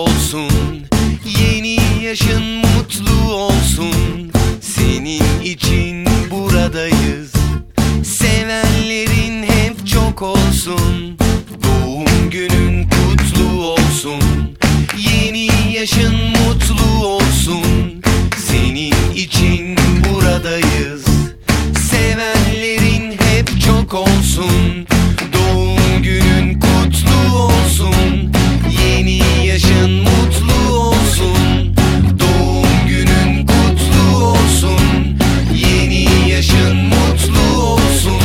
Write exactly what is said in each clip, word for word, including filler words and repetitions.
olsun. Yeni yaşın mutlu olsun. Senin için buradayız. Sevenlerin hep çok olsun. Doğum günün kutlu olsun. Yeni yaşın mutlu olsun. Senin için buradayız. Sevenlerin hep çok olsun. Doğum günün kutlu olsun. Yeni yaşın mutlu olsun. Doğum günün kutlu olsun. Yeni yaşın mutlu olsun.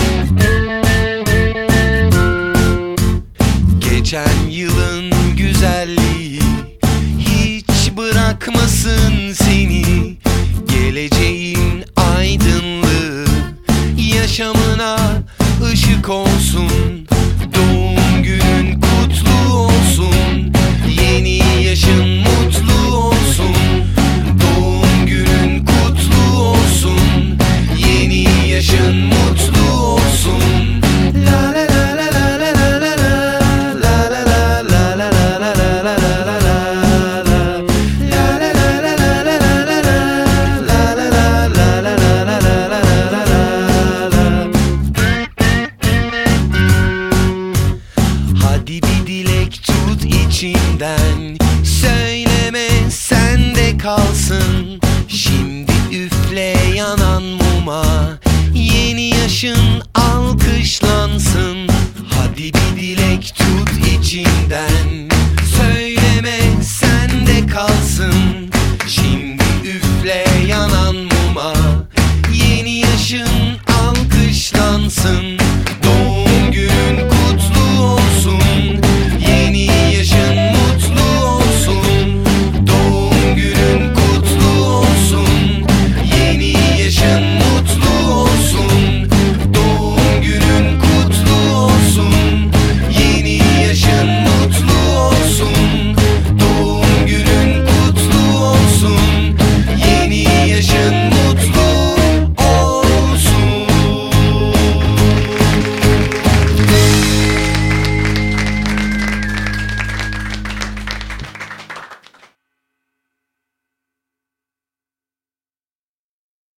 Geçen yılın güzelliği hiç bırakmasın seni. Geleceğin aydınlığı yaşamına ışık olsun. Doğum günün kutlu olsun. Yeni yaşın mutlu olsun. Doğum günün kutlu olsun. Yeni yaşın mutlu olsun. La la la la la la la la la la la la la la la la la. Hadi bir dilek tut içinden, söyleme sende kalsın. Şimdi üfle yanan muma, yeni yaşın alkışlansın. Hadi bir dilek tut içinden,